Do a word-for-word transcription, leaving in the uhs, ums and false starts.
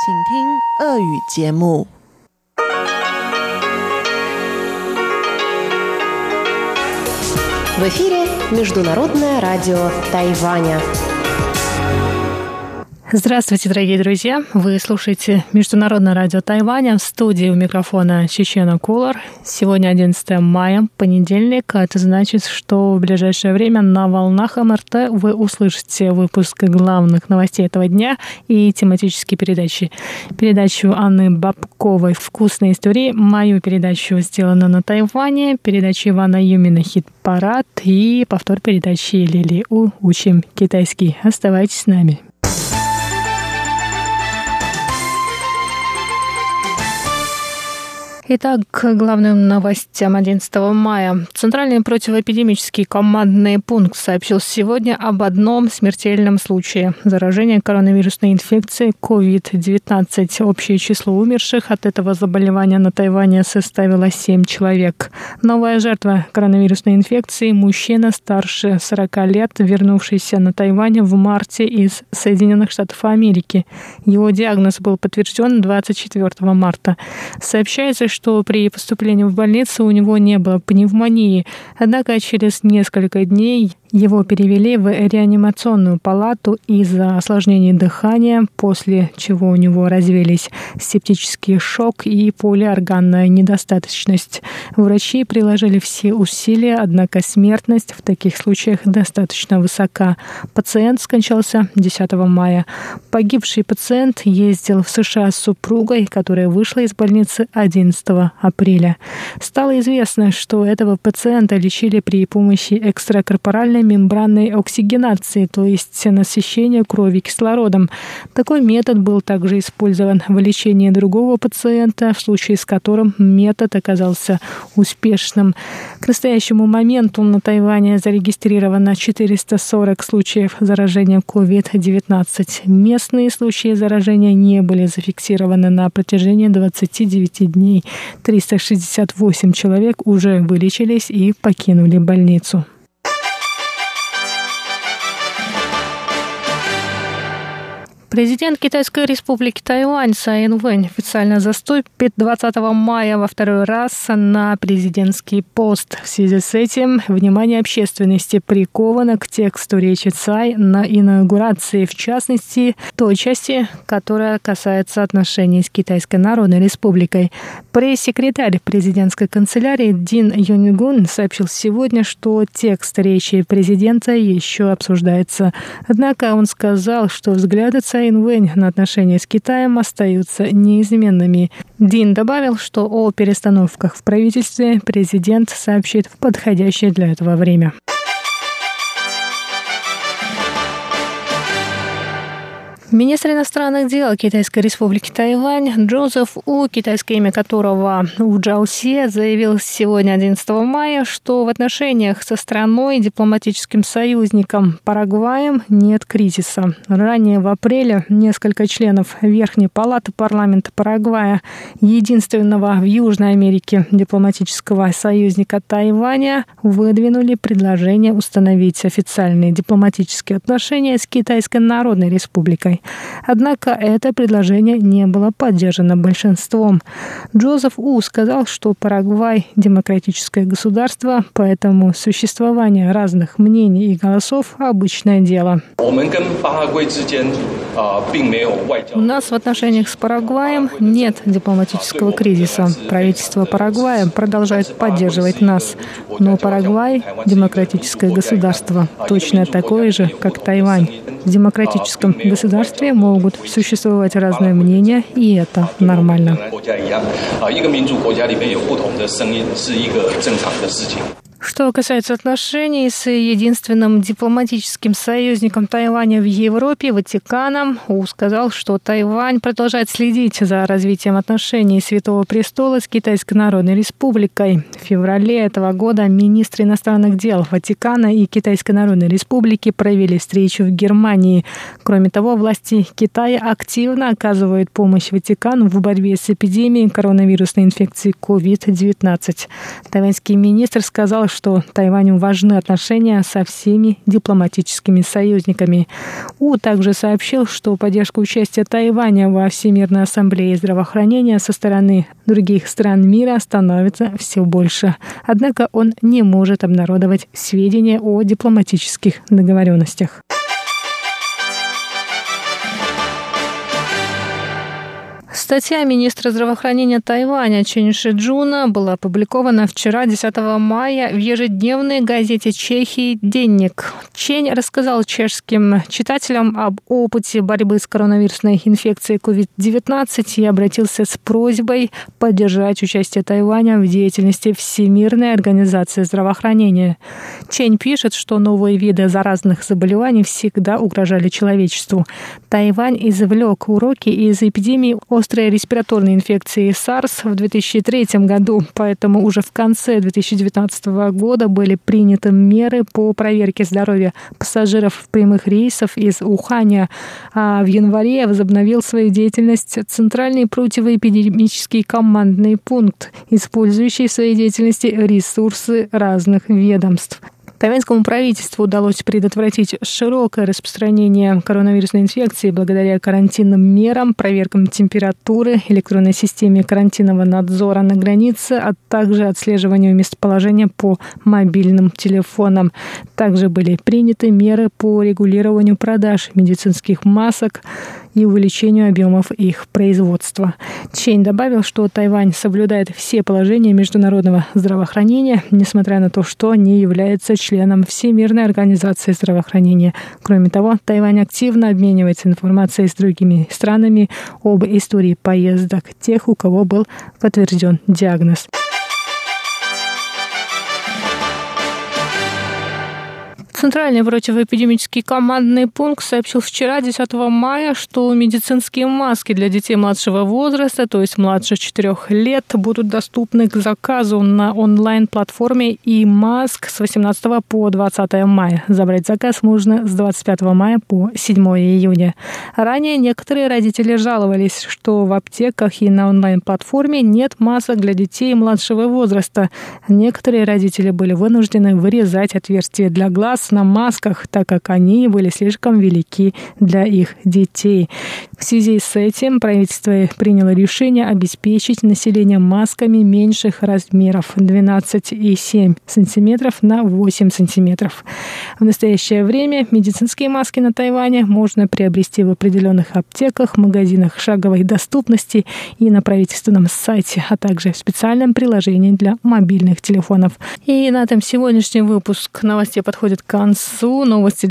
请听俄语节目。 В эфире Международное радио Тайваня. Здравствуйте, дорогие друзья! Вы слушаете Международное радио Тайваня. В студии у микрофона Чечена Кулар. Сегодня одиннадцатое мая, понедельник. Это значит, что в ближайшее время на волнах эм эр тэ вы услышите выпуск главных новостей этого дня и тематические передачи. Передачу Анны Бабковой «Вкусные истории», мою передачу «Сделано на Тайване», передачу Ивана Юмина «Хит-парад» и повтор передачи Лили У «Учим китайский». Оставайтесь с нами. Итак, к главным новостям одиннадцатого мая. Центральный противоэпидемический командный пункт сообщил сегодня об одном смертельном случае заражения коронавирусной инфекцией ковид девятнадцать. Общее число умерших от этого заболевания на Тайване составило семь человек. Новая жертва коронавирусной инфекции – мужчина старше сорока лет, вернувшийся на Тайвань в марте из Соединенных Штатов Америки. Его диагноз был подтвержден двадцать четвёртого марта. Сообщается, что что при поступлении в больницу у него не было пневмонии, однако через несколько дней его перевели в реанимационную палату из-за осложнений дыхания, после чего у него развились септический шок и полиорганная недостаточность. Врачи приложили все усилия, однако смертность в таких случаях достаточно высока. Пациент скончался десятого мая. Погибший пациент ездил в США с супругой, которая вышла из больницы одиннадцатого апреля. Стало известно, что этого пациента лечили при помощи экстракорпоральной мембранной оксигенации, то есть насыщения крови кислородом. Такой метод был также использован в лечении другого пациента, в случае с которым метод оказался успешным. К настоящему моменту на Тайване зарегистрировано четыреста сорок случаев заражения ковид девятнадцать. Местные случаи заражения не были зафиксированы на протяжении двадцати девяти дней. триста шестьдесят восемь человек уже вылечились и покинули больницу. Президент Китайской республики Тайвань Цай Ин-вэнь официально заступит двадцатого мая во второй раз на президентский пост. В связи с этим внимание общественности приковано к тексту речи Цай на инаугурации, в частности, той части, которая касается отношений с Китайской Народной Республикой. Пресс-секретарь президентской канцелярии Дин Юньгун сообщил сегодня, что текст речи президента еще обсуждается. Однако он сказал, что взгляды Цай Ин-вэнь на отношения с Китаем остаются неизменными. Дин добавил, что о перестановках в правительстве президент сообщит в подходящее для этого время. Министр иностранных дел Китайской республики Тайвань Джозеф У, китайское имя которого У Джаосе, заявил сегодня, одиннадцатого мая, что в отношениях со страной, дипломатическим союзником Парагваем, нет кризиса. Ранее в апреле несколько членов Верхней палаты парламента Парагвая, единственного в Южной Америке дипломатического союзника Тайваня, выдвинули предложение установить официальные дипломатические отношения с Китайской Народной Республикой. Однако это предложение не было поддержано большинством. Джозеф У сказал, что Парагвай – демократическое государство, поэтому существование разных мнений и голосов – обычное дело. У нас в отношениях с Парагваем нет дипломатического кризиса. Правительство Парагвая продолжает поддерживать нас. Но Парагвай – демократическое государство, точно такое же, как Тайвань. В демократическом государстве могут существовать разные мнения, и это нормально. Что касается отношений с единственным дипломатическим союзником Тайваня в Европе, Ватиканом, У сказал, что Тайвань продолжает следить за развитием отношений Святого Престола с Китайской Народной Республикой. В феврале этого года министры иностранных дел Ватикана и Китайской Народной Республики провели встречу в Германии. Кроме того, власти Китая активно оказывают помощь Ватикану в борьбе с эпидемией коронавирусной инфекции ковид девятнадцать. Тайваньский министр сказал, сказала, что Тайваню важны отношения со всеми дипломатическими союзниками. У также сообщил, что поддержка участия Тайваня во Всемирной ассамблее здравоохранения со стороны других стран мира становится все больше. Однако он не может обнародовать сведения о дипломатических договоренностях. Статья министра здравоохранения Тайваня Чен Шиджуна была опубликована вчера, десятого мая, в ежедневной газете Чехии «Денник». Чень рассказал чешским читателям об опыте борьбы с коронавирусной инфекцией ковид девятнадцать и обратился с просьбой поддержать участие Тайваня в деятельности Всемирной организации здравоохранения. Чень пишет, что новые виды заразных заболеваний всегда угрожали человечеству. Тайвань извлек уроки из эпидемии острой респираторной инфекции SARS в две тысячи третьем году, поэтому уже в конце две тысячи девятнадцатого года были приняты меры по проверке здоровья пассажиров прямых рейсов из Уханя, а в январе возобновил свою деятельность Центральный противоэпидемический командный пункт, использующий в своей деятельности ресурсы разных ведомств. Тайваньскому правительству удалось предотвратить широкое распространение коронавирусной инфекции благодаря карантинным мерам, проверкам температуры, электронной системе карантинного надзора на границе, а также отслеживанию местоположения по мобильным телефонам. Также были приняты меры по регулированию продаж медицинских масок и увеличению объемов их производства. Чень добавил, что Тайвань соблюдает все положения международного здравоохранения, несмотря на то, что не является членом Всемирной организации здравоохранения. Кроме того, Тайвань активно обменивается информацией с другими странами об истории поездок тех, у кого был подтвержден диагноз. Центральный противоэпидемический командный пункт сообщил вчера, десятого мая, что медицинские маски для детей младшего возраста, то есть младше четырех лет, будут доступны к заказу на онлайн-платформе «И-Маск» с восемнадцатого по двадцатое мая. Забрать заказ можно с двадцать пятого мая по седьмое июня. Ранее некоторые родители жаловались, что в аптеках и на онлайн-платформе нет масок для детей младшего возраста. Некоторые родители были вынуждены вырезать отверстия для глаз на масках, так как они были слишком велики для их детей. В связи с этим правительство приняло решение обеспечить население масками меньших размеров двенадцать и семь сантиметров на восемь сантиметров. В настоящее время медицинские маски на Тайване можно приобрести в определенных аптеках, магазинах шаговой доступности и на правительственном сайте, а также в специальном приложении для мобильных телефонов. И на этом сегодняшний выпуск новостей подходит к концу. Новости